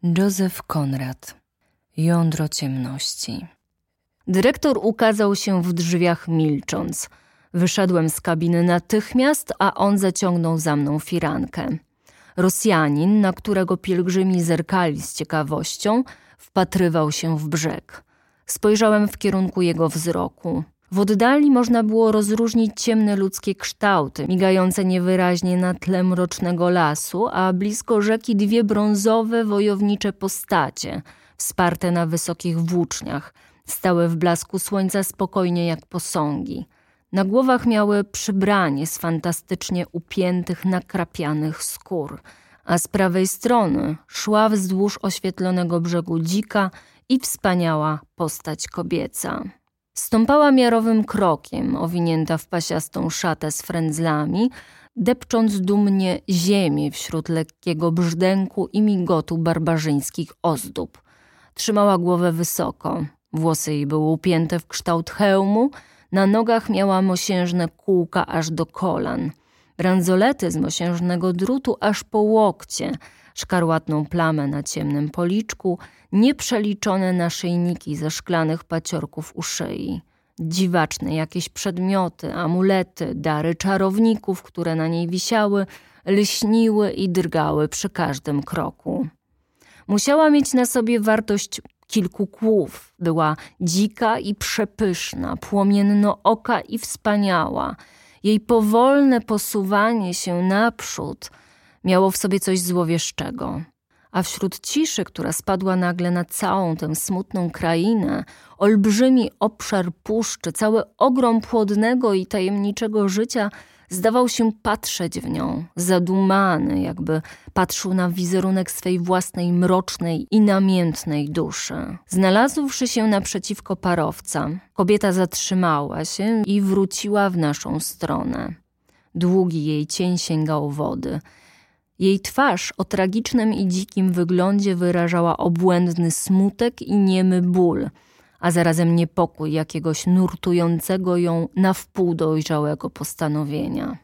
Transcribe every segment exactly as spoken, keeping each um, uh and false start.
Józef Konrad. Jądro ciemności. Dyrektor ukazał się w drzwiach milcząc. Wyszedłem z kabiny natychmiast, a on zaciągnął za mną firankę. Rosjanin, na którego pielgrzymi zerkali z ciekawością, wpatrywał się w brzeg. Spojrzałem w kierunku jego wzroku. W oddali można było rozróżnić ciemne ludzkie kształty, migające niewyraźnie na tle mrocznego lasu, a blisko rzeki dwie brązowe, wojownicze postacie, wsparte na wysokich włóczniach, stałe w blasku słońca spokojnie jak posągi. Na głowach miały przybranie z fantastycznie upiętych, nakrapianych skór, a z prawej strony szła wzdłuż oświetlonego brzegu dzika i wspaniała postać kobieca. Stąpała miarowym krokiem, owinięta w pasiastą szatę z frędzlami, depcząc dumnie ziemię wśród lekkiego brzdęku i migotu barbarzyńskich ozdób. Trzymała głowę wysoko, włosy jej były upięte w kształt hełmu, na nogach miała mosiężne kółka aż do kolan, bransolety z mosiężnego drutu aż po łokcie, szkarłatną plamę na ciemnym policzku, nieprzeliczone naszyjniki ze szklanych paciorków u szyi, dziwaczne jakieś przedmioty, amulety, dary czarowników, które na niej wisiały, lśniły i drgały przy każdym kroku. Musiała mieć na sobie wartość kilku kłów, była dzika i przepyszna, płomiennooka i wspaniała. Jej powolne posuwanie się naprzód miało w sobie coś złowieszczego. A wśród ciszy, która spadła nagle na całą tę smutną krainę, olbrzymi obszar puszczy, cały ogrom płodnego i tajemniczego życia zdawał się patrzeć w nią, zadumany, jakby patrzył na wizerunek swej własnej mrocznej i namiętnej duszy. Znalazłszy się naprzeciwko parowca, kobieta zatrzymała się i wróciła w naszą stronę. Długi jej cień sięgał wody. Jej twarz o tragicznym i dzikim wyglądzie wyrażała obłędny smutek i niemy ból, a zarazem niepokój jakiegoś nurtującego ją na wpół dojrzałego postanowienia.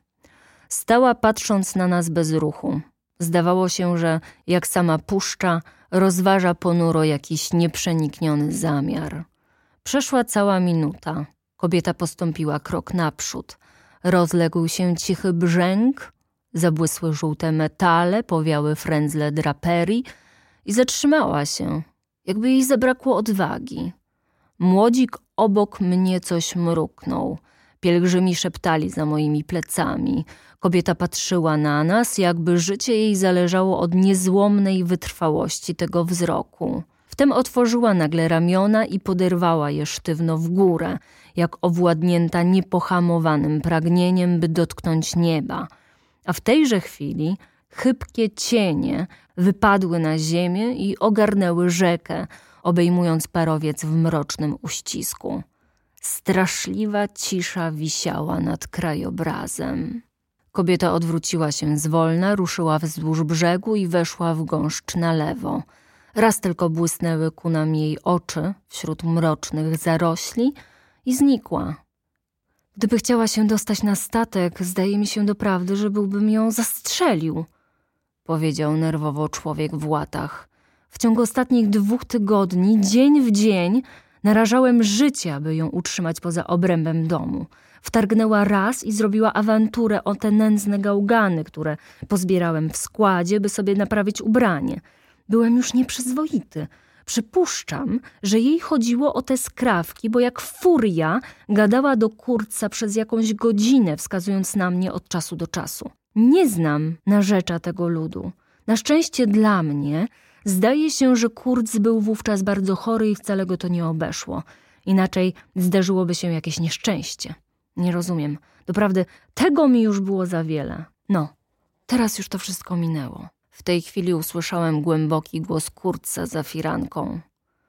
Stała patrząc na nas bez ruchu. Zdawało się, że jak sama puszcza, rozważa ponuro jakiś nieprzenikniony zamiar. Przeszła cała minuta. Kobieta postąpiła krok naprzód. Rozległ się cichy brzęk, zabłysły żółte metale, powiały frędzle draperii i zatrzymała się, jakby jej zabrakło odwagi. Młodzik obok mnie coś mruknął. Pielgrzymi szeptali za moimi plecami. Kobieta patrzyła na nas, jakby życie jej zależało od niezłomnej wytrwałości tego wzroku. Wtem otworzyła nagle ramiona i poderwała je sztywno w górę, jak owładnięta niepohamowanym pragnieniem, by dotknąć nieba. A w tejże chwili chybkie cienie wypadły na ziemię i ogarnęły rzekę, obejmując parowiec w mrocznym uścisku. Straszliwa cisza wisiała nad krajobrazem. Kobieta odwróciła się zwolna, ruszyła wzdłuż brzegu i weszła w gąszcz na lewo. Raz tylko błysnęły ku nam jej oczy wśród mrocznych zarośli i znikła. Gdyby chciała się dostać na statek, zdaje mi się doprawdy, że byłbym ją zastrzelił, powiedział nerwowo człowiek w łatach. W ciągu ostatnich dwóch tygodni, dzień w dzień, narażałem życie, aby ją utrzymać poza obrębem domu. Wtargnęła raz i zrobiła awanturę o te nędzne gałgany, które pozbierałem w składzie, by sobie naprawić ubranie. Byłem już nieprzyzwoity. Przypuszczam, że jej chodziło o te skrawki, bo jak furia gadała do Kurca przez jakąś godzinę, wskazując na mnie od czasu do czasu. Nie znam narzecza tego ludu. Na szczęście dla mnie zdaje się, że Kurz był wówczas bardzo chory i wcale go to nie obeszło. Inaczej zdarzyłoby się jakieś nieszczęście. Nie rozumiem. Doprawdy, tego mi już było za wiele. No, teraz już to wszystko minęło. W tej chwili usłyszałem głęboki głos Kurca za firanką.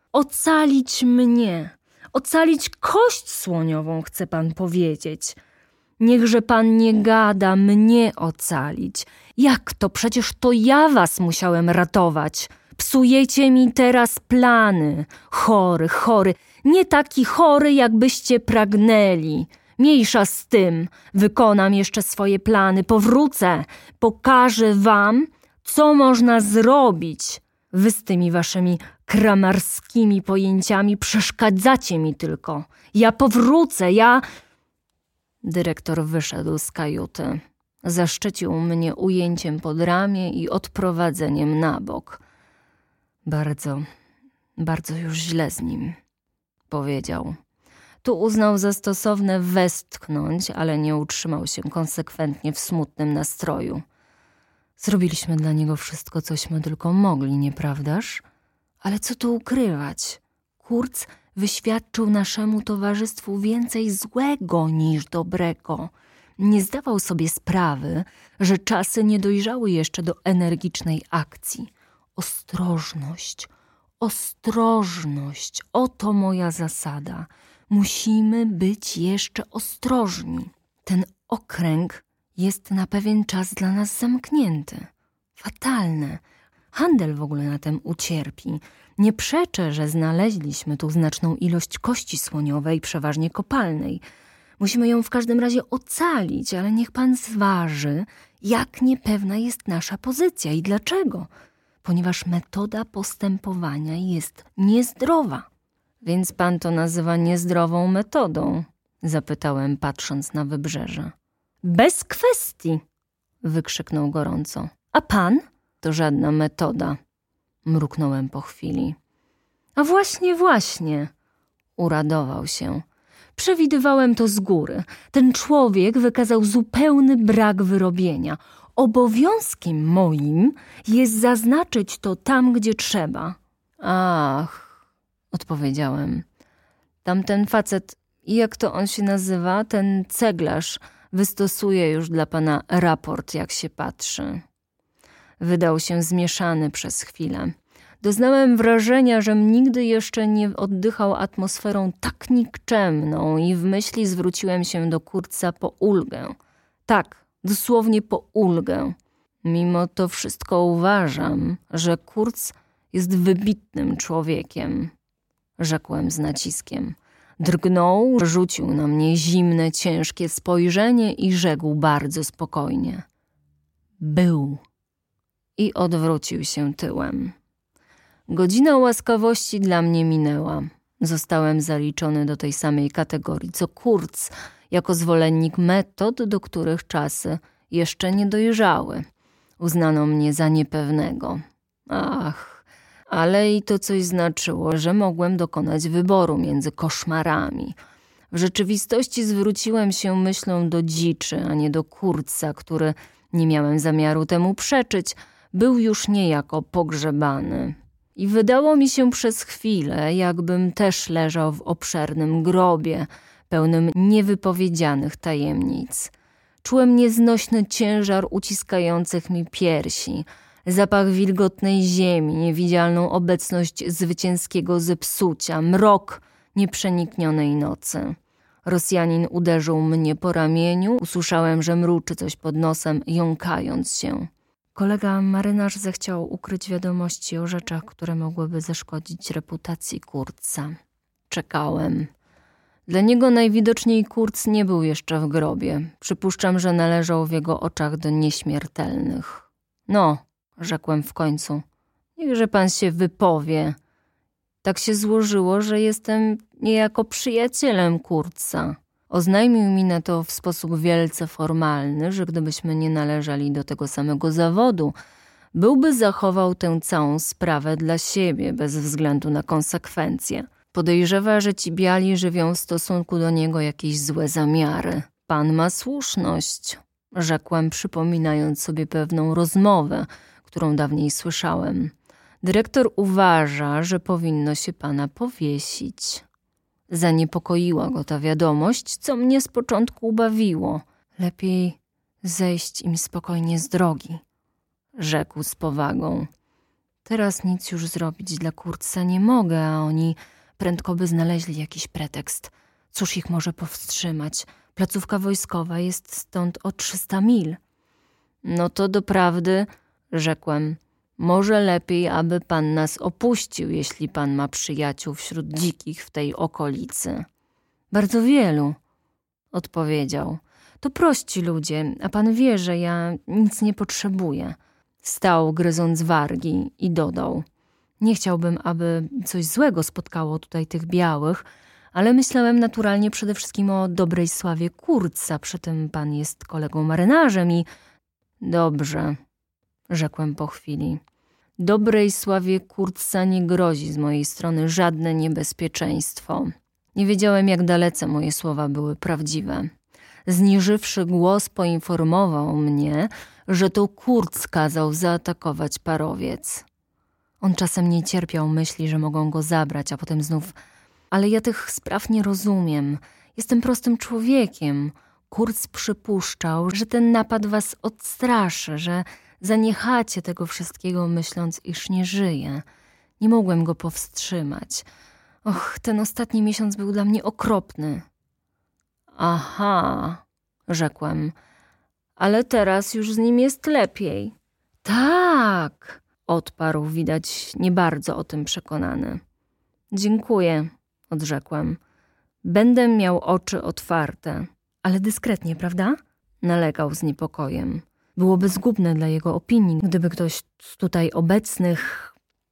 Ocalić mnie! Ocalić kość słoniową, chce pan powiedzieć. Niechże pan nie gada, mnie ocalić. Jak to? Przecież to ja was musiałem ratować. Psujecie mi teraz plany. Chory, chory. Nie taki chory, jakbyście pragnęli. Mniejsza z tym. Wykonam jeszcze swoje plany. Powrócę. Pokażę wam, co można zrobić. Wy z tymi waszymi kramarskimi pojęciami przeszkadzacie mi tylko. Ja powrócę, ja... Dyrektor wyszedł z kajuty. Zaszczycił mnie ujęciem pod ramię i odprowadzeniem na bok. Bardzo, bardzo już źle z nim, powiedział. Tu uznał za stosowne westchnąć, ale nie utrzymał się konsekwentnie w smutnym nastroju. Zrobiliśmy dla niego wszystko, cośmy tylko mogli, nieprawdaż? Ale co tu ukrywać? Kurz wyświadczył naszemu towarzystwu więcej złego niż dobrego. Nie zdawał sobie sprawy, że czasy nie dojrzały jeszcze do energicznej akcji. Ostrożność, ostrożność, oto moja zasada. Musimy być jeszcze ostrożni. Ten okręg jest na pewien czas dla nas zamknięty. Fatalne. Handel w ogóle na tym ucierpi. Nie przeczę, że znaleźliśmy tu znaczną ilość kości słoniowej, przeważnie kopalnej. Musimy ją w każdym razie ocalić, ale niech pan zważy, jak niepewna jest nasza pozycja i dlaczego. Ponieważ metoda postępowania jest niezdrowa. Więc pan to nazywa niezdrową metodą? Zapytałem, patrząc na wybrzeże. Bez kwestii, wykrzyknął gorąco. A pan? To żadna metoda, mruknąłem po chwili. A właśnie, właśnie, uradował się. Przewidywałem to z góry. Ten człowiek wykazał zupełny brak wyrobienia. Obowiązkiem moim jest zaznaczyć to tam, gdzie trzeba. Ach, odpowiedziałem. Tamten facet, jak to on się nazywa, ten ceglarz, wystosuje już dla pana raport, jak się patrzy. Wydał się zmieszany przez chwilę. Doznałem wrażenia, żem nigdy jeszcze nie oddychał atmosferą tak nikczemną i w myśli zwróciłem się do Kurza po ulgę. Tak, dosłownie po ulgę. Mimo to wszystko uważam, że Kurz jest wybitnym człowiekiem, rzekłem z naciskiem. Drgnął, rzucił na mnie zimne, ciężkie spojrzenie i rzekł bardzo spokojnie. Był. I odwrócił się tyłem. Godzina łaskawości dla mnie minęła. Zostałem zaliczony do tej samej kategorii co Kurz, jako zwolennik metod, do których czasy jeszcze nie dojrzały. Uznano mnie za niepewnego. Ach, ale i to coś znaczyło, że mogłem dokonać wyboru między koszmarami. W rzeczywistości zwróciłem się myślą do dziczy, a nie do Kurza, który, nie miałem zamiaru temu przeczyć, był już niejako pogrzebany. I wydało mi się przez chwilę, jakbym też leżał w obszernym grobie, pełnym niewypowiedzianych tajemnic. Czułem nieznośny ciężar uciskających mi piersi, zapach wilgotnej ziemi, niewidzialną obecność zwycięskiego zepsucia, mrok nieprzeniknionej nocy. Rosjanin uderzył mnie po ramieniu, usłyszałem, że mruczy coś pod nosem, jąkając się. Kolega marynarz zechciał ukryć wiadomości o rzeczach, które mogłyby zaszkodzić reputacji Kurza. Czekałem. Dla niego najwidoczniej Kurz nie był jeszcze w grobie. Przypuszczam, że należał w jego oczach do nieśmiertelnych. No, rzekłem w końcu, niechże pan się wypowie. Tak się złożyło, że jestem niejako przyjacielem Kurza. Oznajmił mi na to w sposób wielce formalny, że gdybyśmy nie należeli do tego samego zawodu, byłby zachował tę całą sprawę dla siebie, bez względu na konsekwencje. Podejrzewa, że ci biali żywią w stosunku do niego jakieś złe zamiary. Pan ma słuszność, rzekłem, przypominając sobie pewną rozmowę, którą dawniej słyszałem. Dyrektor uważa, że powinno się pana powiesić. Zaniepokoiła go ta wiadomość, co mnie z początku ubawiło. Lepiej zejść im spokojnie z drogi, rzekł z powagą. Teraz nic już zrobić dla Kurza nie mogę, a oni prędko by znaleźli jakiś pretekst. Cóż ich może powstrzymać? Placówka wojskowa jest stąd o trzysta mil. No to doprawdy, rzekłem, może lepiej, aby pan nas opuścił, jeśli pan ma przyjaciół wśród dzikich w tej okolicy. Bardzo wielu, odpowiedział. To prości ludzie, a pan wie, że ja nic nie potrzebuję. Stał, gryząc wargi i dodał. Nie chciałbym, aby coś złego spotkało tutaj tych białych, ale myślałem naturalnie przede wszystkim o dobrej sławie Kurtza. Przy tym pan jest kolegą marynarzem i... Dobrze, rzekłem po chwili. Dobrej sławie Kurtza nie grozi z mojej strony żadne niebezpieczeństwo. Nie wiedziałem, jak dalece moje słowa były prawdziwe. Zniżywszy głos, poinformował mnie, że to Kurtz kazał zaatakować parowiec. On czasem nie cierpiał myśli, że mogą go zabrać, a potem znów... Ale ja tych spraw nie rozumiem. Jestem prostym człowiekiem. Kurtz przypuszczał, że ten napad was odstraszy, że zaniechacie tego wszystkiego, myśląc, iż nie żyje. Nie mogłem go powstrzymać. Och, ten ostatni miesiąc był dla mnie okropny. Aha, rzekłem, ale teraz już z nim jest lepiej. Tak, odparł, widać nie bardzo o tym przekonany. Dziękuję, odrzekłem. Będę miał oczy otwarte. Ale dyskretnie, prawda? Nalegał z niepokojem. Byłoby zgubne dla jego opinii, gdyby ktoś z tutaj obecnych...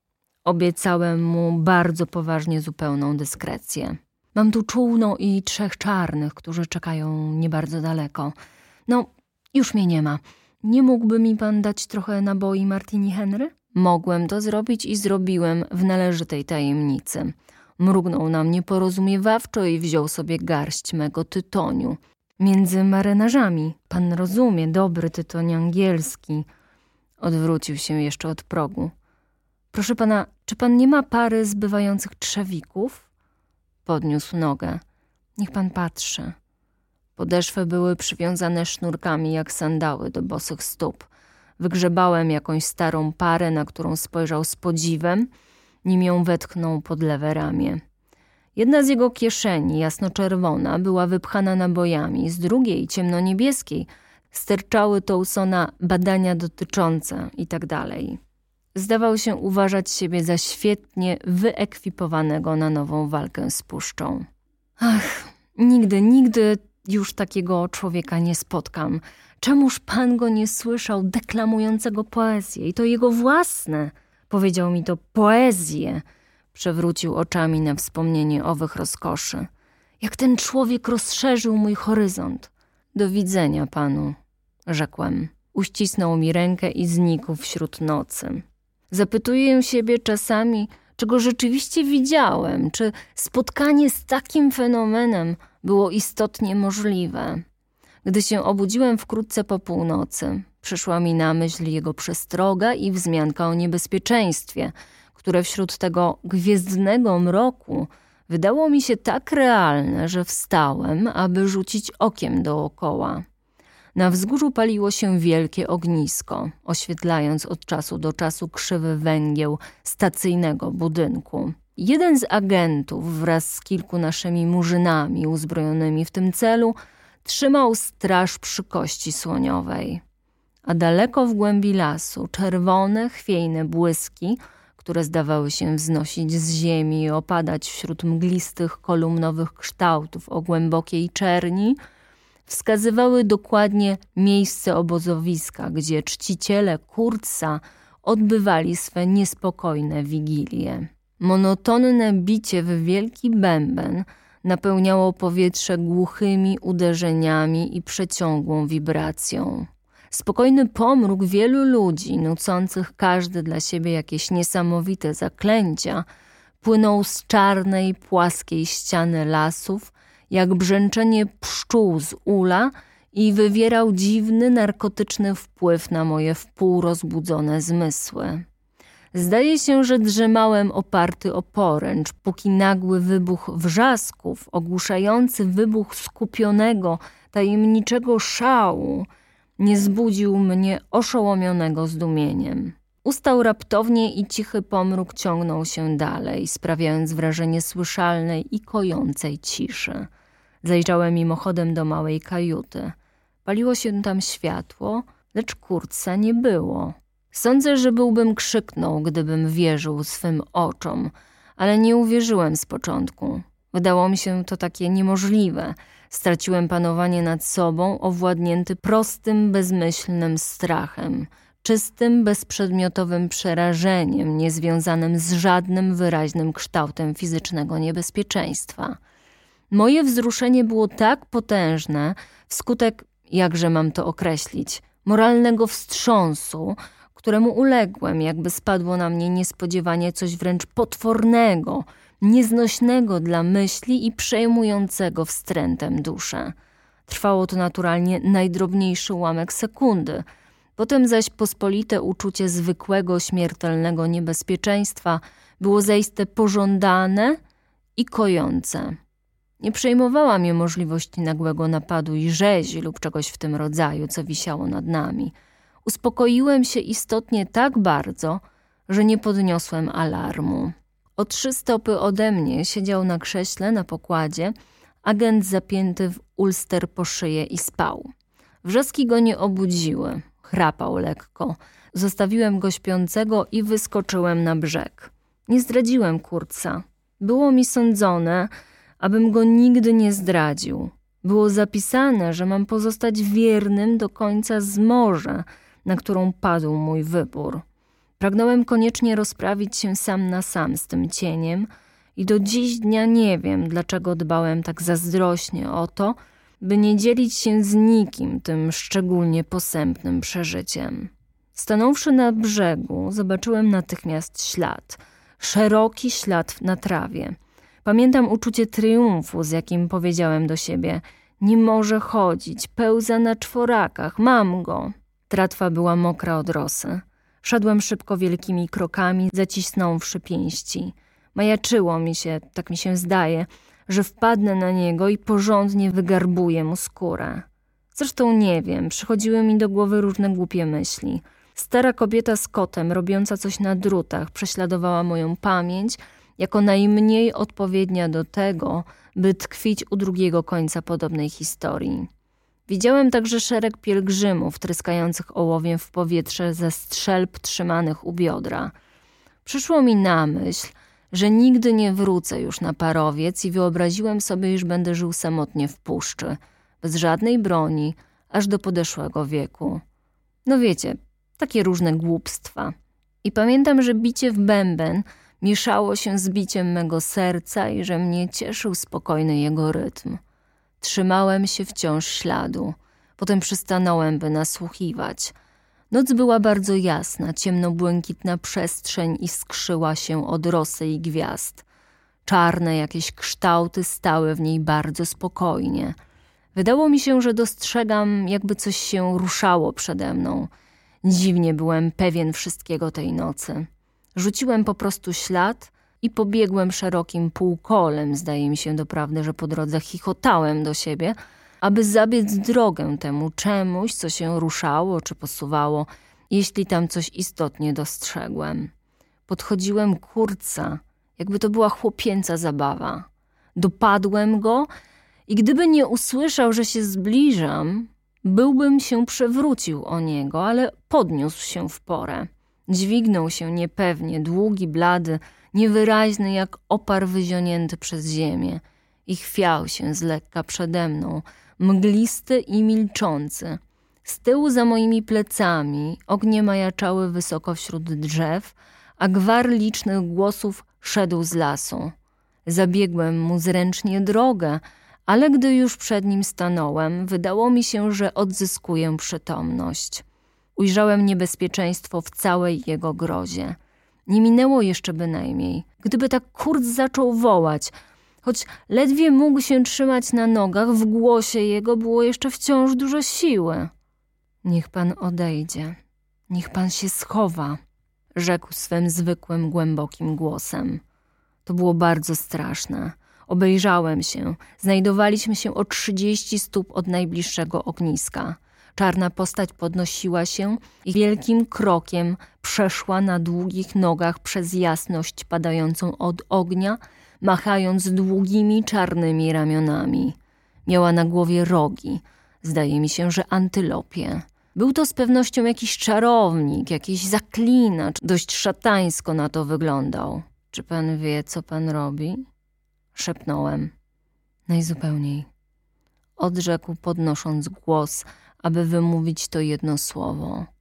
Obiecałem mu bardzo poważnie zupełną dyskrecję. Mam tu czółno i trzech czarnych, którzy czekają nie bardzo daleko. No, już mnie nie ma. Nie mógłby mi pan dać trochę naboi Martini Henry? Mogłem to zrobić i zrobiłem w należytej tajemnicy. Mrugnął na mnie porozumiewawczo i wziął sobie garść mego tytoniu. Między marynarzami. Pan rozumie, dobry tytoń angielski. Odwrócił się jeszcze od progu. Proszę pana, czy pan nie ma pary zbywających trzewików? Podniósł nogę. Niech pan patrzy. Podeszwy były przywiązane sznurkami jak sandały do bosych stóp. Wygrzebałem jakąś starą parę, na którą spojrzał z podziwem, nim ją wetknął pod lewe ramię. Jedna z jego kieszeni, jasnoczerwona, była wypchana nabojami, z drugiej, ciemnoniebieskiej, sterczały Towsona badania dotyczące i tak dalej. Zdawał się uważać siebie za świetnie wyekwipowanego na nową walkę z puszczą. Ach, nigdy, nigdy już takiego człowieka nie spotkam. Czemuż pan go nie słyszał deklamującego poezję? I to jego własne. Powiedział mi to poezję. Przewrócił oczami na wspomnienie owych rozkoszy. Jak ten człowiek rozszerzył mój horyzont. Do widzenia panu, rzekłem. Uścisnął mi rękę i znikł wśród nocy. Zapytuję siebie czasami, czy go rzeczywiście widziałem, czy spotkanie z takim fenomenem było istotnie możliwe. Gdy się obudziłem wkrótce po północy, przyszła mi na myśl jego przestroga i wzmianka o niebezpieczeństwie, które wśród tego gwiezdnego mroku wydało mi się tak realne, że wstałem, aby rzucić okiem dookoła. Na wzgórzu paliło się wielkie ognisko, oświetlając od czasu do czasu krzywy węgieł stacyjnego budynku. Jeden z agentów wraz z kilku naszymi murzynami uzbrojonymi w tym celu trzymał straż przy kości słoniowej. A daleko w głębi lasu czerwone, chwiejne błyski, które zdawały się wznosić z ziemi i opadać wśród mglistych, kolumnowych kształtów o głębokiej czerni, wskazywały dokładnie miejsce obozowiska, gdzie czciciele Kurtza odbywali swe niespokojne wigilie. Monotonne bicie w wielki bęben napełniało powietrze głuchymi uderzeniami i przeciągłą wibracją. Spokojny pomruk wielu ludzi, nucących każdy dla siebie jakieś niesamowite zaklęcia, płynął z czarnej, płaskiej ściany lasów, jak brzęczenie pszczół z ula i wywierał dziwny, narkotyczny wpływ na moje wpół rozbudzone zmysły. Zdaje się, że drzemałem oparty o poręcz, póki nagły wybuch wrzasków, ogłuszający wybuch skupionego, tajemniczego szału, nie zbudził mnie oszołomionego zdumieniem. Ustał raptownie i cichy pomruk ciągnął się dalej, sprawiając wrażenie słyszalnej i kojącej ciszy. Zajrzałem mimochodem do małej kajuty. Paliło się tam światło, lecz Kurtza nie było. Sądzę, że byłbym krzyknął, gdybym wierzył swym oczom, ale nie uwierzyłem z początku. Wydało mi się to takie niemożliwe. Straciłem panowanie nad sobą, owładnięty prostym, bezmyślnym strachem. czystym, bezprzedmiotowym przerażeniem, niezwiązanym z żadnym wyraźnym kształtem fizycznego niebezpieczeństwa. Moje wzruszenie było tak potężne, wskutek, jakże mam to określić, moralnego wstrząsu, któremu uległem, jakby spadło na mnie niespodziewanie coś wręcz potwornego, nieznośnego dla myśli i przejmującego wstrętem duszę. Trwało to naturalnie najdrobniejszy ułamek sekundy. Potem zaś pospolite uczucie zwykłego, śmiertelnego niebezpieczeństwa było zaiste pożądane i kojące. Nie przejmowała mnie możliwości nagłego napadu i rzezi lub czegoś w tym rodzaju, co wisiało nad nami. Uspokoiłem się istotnie tak bardzo, że nie podniosłem alarmu. O trzy stopy ode mnie siedział na krześle na pokładzie agent zapięty w ulster po szyję i spał. Wrzaski go nie obudziły. Chrapał lekko. Zostawiłem go śpiącego i wyskoczyłem na brzeg. Nie zdradziłem Kurtsa. Było mi sądzone, abym go nigdy nie zdradził. Było zapisane, że mam pozostać wiernym do końca zmorze, na którą padł mój wybór. Pragnąłem koniecznie rozprawić się sam na sam z tym cieniem i do dziś dnia nie wiem, dlaczego dbałem tak zazdrośnie o to, by nie dzielić się z nikim tym szczególnie posępnym przeżyciem. Stanąwszy na brzegu, zobaczyłem natychmiast ślad. Szeroki ślad na trawie. Pamiętam uczucie triumfu, z jakim powiedziałem do siebie: nie może chodzić, pełza na czworakach, mam go. Tratwa była mokra od rosy. Szedłem szybko wielkimi krokami, zacisnąwszy pięści. Majaczyło mi się, tak mi się zdaje, że wpadnę na niego i porządnie wygarbuję mu skórę. Zresztą nie wiem, przychodziły mi do głowy różne głupie myśli. Stara kobieta z kotem, robiąca coś na drutach, prześladowała moją pamięć jako najmniej odpowiednia do tego, by tkwić u drugiego końca podobnej historii. Widziałem także szereg pielgrzymów tryskających ołowiem w powietrze ze strzelb trzymanych u biodra. Przyszło mi na myśl, że nigdy nie wrócę już na parowiec i wyobraziłem sobie, iż będę żył samotnie w puszczy, bez żadnej broni, aż do podeszłego wieku. No wiecie, takie różne głupstwa. I pamiętam, że bicie w bęben mieszało się z biciem mego serca i że mnie cieszył spokojny jego rytm. Trzymałem się wciąż śladu. Potem przystanąłem, by nasłuchiwać. Noc była bardzo jasna, ciemnobłękitna przestrzeń iskrzyła się od rosy i gwiazd. Czarne jakieś kształty stały w niej bardzo spokojnie. Wydało mi się, że dostrzegam, jakby coś się ruszało przede mną. Dziwnie byłem pewien wszystkiego tej nocy. Rzuciłem po prostu ślad i pobiegłem szerokim półkolem. Zdaje mi się doprawdy, że po drodze chichotałem do siebie, aby zabiec drogę temu czemuś, co się ruszało czy posuwało, jeśli tam coś istotnie dostrzegłem. Podchodziłem Kurtsa, jakby to była chłopięca zabawa. Dopadłem go i gdyby nie usłyszał, że się zbliżam, byłbym się przewrócił o niego, ale podniósł się w porę. Dźwignął się niepewnie, długi, blady, niewyraźny jak opar wyzionięty przez ziemię i chwiał się z lekka przede mną, mglisty i milczący. Z tyłu za moimi plecami ognie majaczały wysoko wśród drzew, a gwar licznych głosów szedł z lasu. Zabiegłem mu zręcznie drogę, ale gdy już przed nim stanąłem, wydało mi się, że odzyskuję przytomność. Ujrzałem niebezpieczeństwo w całej jego grozie. Nie minęło jeszcze bynajmniej, gdyby tak Kurt zaczął wołać. Choć ledwie mógł się trzymać na nogach, w głosie jego było jeszcze wciąż dużo siły. Niech pan odejdzie, niech pan się schowa, rzekł swym zwykłym, głębokim głosem. To było bardzo straszne. Obejrzałem się. Znajdowaliśmy się o trzydzieści stóp od najbliższego ogniska. Czarna postać podnosiła się i wielkim krokiem przeszła na długich nogach przez jasność padającą od ognia, machając długimi czarnymi ramionami. Miała na głowie rogi, zdaje mi się, że antylopie. Był to z pewnością jakiś czarownik, jakiś zaklinacz, dość szatańsko na to wyglądał. Czy pan wie, co pan robi? Szepnąłem. Najzupełniej. Odrzekł, podnosząc głos, aby wymówić to jedno słowo.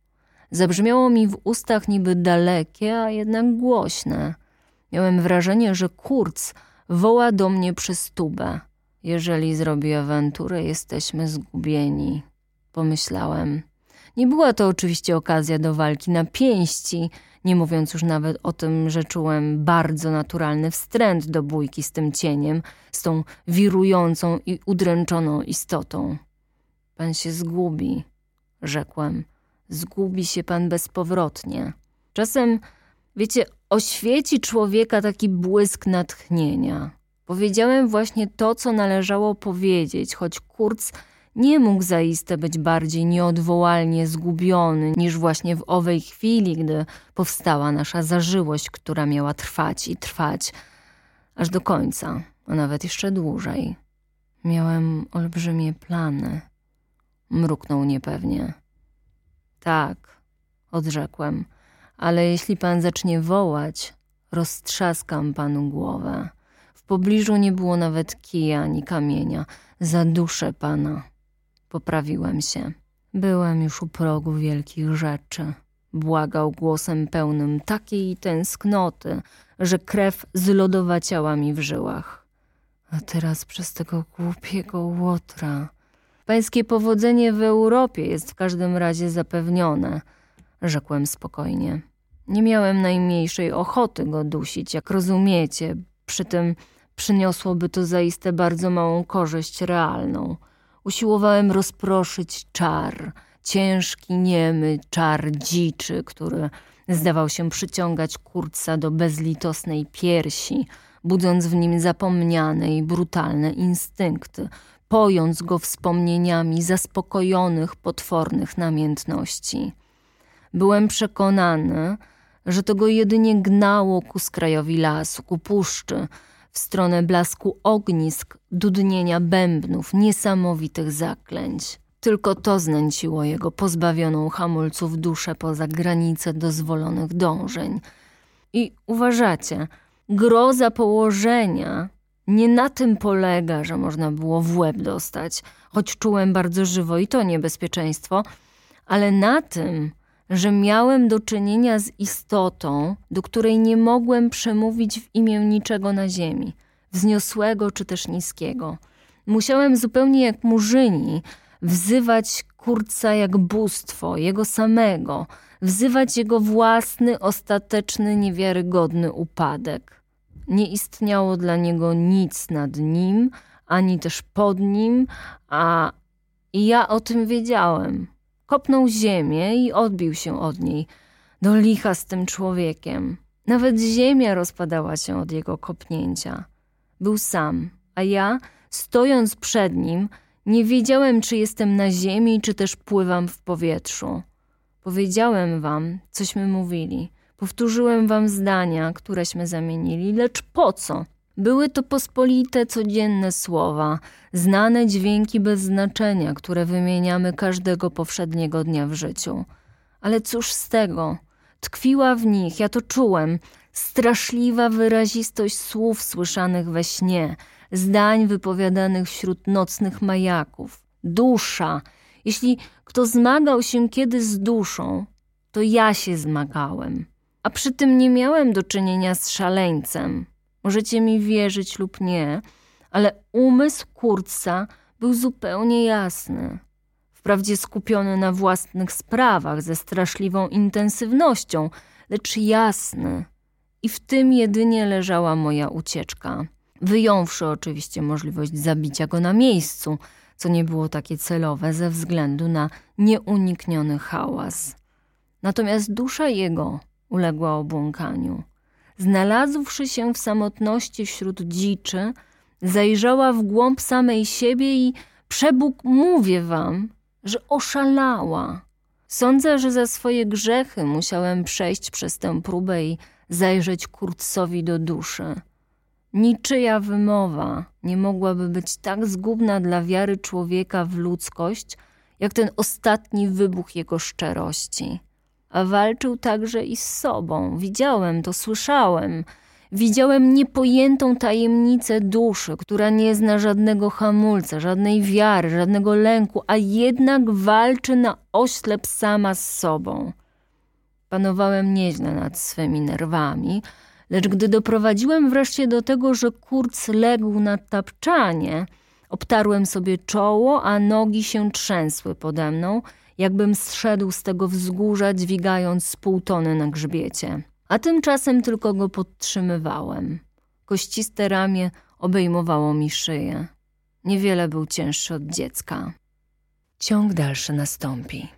zabrzmiało mi w ustach niby dalekie, a jednak głośne. Miałem wrażenie, że Kurz woła do mnie przez tubę. Jeżeli zrobi awanturę, jesteśmy zgubieni, pomyślałem. Nie była to oczywiście okazja do walki na pięści, nie mówiąc już nawet o tym, że czułem bardzo naturalny wstręt do bójki z tym cieniem, z tą wirującą i udręczoną istotą. Pan się zgubi, rzekłem. Zgubi się pan bezpowrotnie. Czasem, wiecie, oświeci człowieka taki błysk natchnienia. Powiedziałem właśnie to, co należało powiedzieć, choć Kurz nie mógł zaiste być bardziej nieodwołalnie zgubiony niż właśnie w owej chwili, gdy powstała nasza zażyłość, która miała trwać i trwać aż do końca, a nawet jeszcze dłużej. Miałem olbrzymie plany. Mruknął niepewnie. Tak, odrzekłem, ale jeśli pan zacznie wołać, roztrzaskam panu głowę. W pobliżu nie było nawet kija ani kamienia. Zaduszę pana. Poprawiłem się. Byłem już u progu wielkich rzeczy. Błagał głosem pełnym takiej tęsknoty, że krew zlodowaciała mi w żyłach. A teraz przez tego głupiego łotra. Pańskie powodzenie w Europie jest w każdym razie zapewnione, rzekłem spokojnie. Nie miałem najmniejszej ochoty go dusić, jak rozumiecie. Przy tym przyniosłoby to zaiste bardzo małą korzyść realną. Usiłowałem rozproszyć czar, ciężki, niemy czar dziczy, który zdawał się przyciągać Kurza do bezlitosnej piersi, budząc w nim zapomniane i brutalne instynkty, pojąc go wspomnieniami zaspokojonych, potwornych namiętności. Byłem przekonany, że to go jedynie gnało ku skrajowi lasu, ku puszczy, w stronę blasku ognisk, dudnienia bębnów, niesamowitych zaklęć. Tylko to znęciło jego pozbawioną hamulców duszę poza granice dozwolonych dążeń. I uważacie, groza położenia nie na tym polega, że można było w łeb dostać, choć czułem bardzo żywo i to niebezpieczeństwo, ale na tym, że miałem do czynienia z istotą, do której nie mogłem przemówić w imię niczego na ziemi, wzniosłego czy też niskiego. Musiałem zupełnie jak murzyni wzywać Kurza jak bóstwo, jego samego, wzywać jego własny, ostateczny, niewiarygodny upadek. Nie istniało dla niego nic nad nim, ani też pod nim, a ja o tym wiedziałem. Kopnął ziemię i odbił się od niej. Do licha z tym człowiekiem. Nawet ziemia rozpadała się od jego kopnięcia. Był sam, a ja, stojąc przed nim, nie wiedziałem, czy jestem na ziemi, czy też pływam w powietrzu. Powiedziałem wam, cośmy mówili. Powtórzyłem wam zdania, któreśmy zamienili, lecz po co? Były to pospolite, codzienne słowa, znane dźwięki bez znaczenia, które wymieniamy każdego powszedniego dnia w życiu. Ale cóż z tego? Tkwiła w nich, ja to czułem, straszliwa wyrazistość słów słyszanych we śnie, zdań wypowiadanych wśród nocnych majaków. Dusza. Jeśli kto zmagał się kiedy z duszą, to ja się zmagałem. A przy tym nie miałem do czynienia z szaleńcem. Możecie mi wierzyć lub nie, ale umysł Kurza był zupełnie jasny. Wprawdzie skupiony na własnych sprawach ze straszliwą intensywnością, lecz jasny. I w tym jedynie leżała moja ucieczka. Wyjąwszy oczywiście możliwość zabicia go na miejscu, co nie było takie celowe ze względu na nieunikniony hałas. Natomiast dusza jego uległa obłąkaniu. Znalazłszy się w samotności wśród dziczy, zajrzała w głąb samej siebie i przebóg mówię wam, że oszalała. Sądzę, że za swoje grzechy musiałem przejść przez tę próbę i zajrzeć Kurzowi do duszy. Niczyja wymowa nie mogłaby być tak zgubna dla wiary człowieka w ludzkość, jak ten ostatni wybuch jego szczerości. A walczył także i z sobą. Widziałem to, słyszałem. Widziałem niepojętą tajemnicę duszy, która nie zna żadnego hamulca, żadnej wiary, żadnego lęku, a jednak walczy na oślep sama z sobą. Panowałem nieźle nad swymi nerwami, lecz gdy doprowadziłem wreszcie do tego, że Kurz legł na tapczanie, obtarłem sobie czoło, a nogi się trzęsły pode mną, jakbym zszedł z tego wzgórza, dźwigając z pół tony na grzbiecie. A tymczasem tylko go podtrzymywałem. Kościste ramię obejmowało mi szyję. Niewiele był cięższy od dziecka. Ciąg dalszy nastąpi.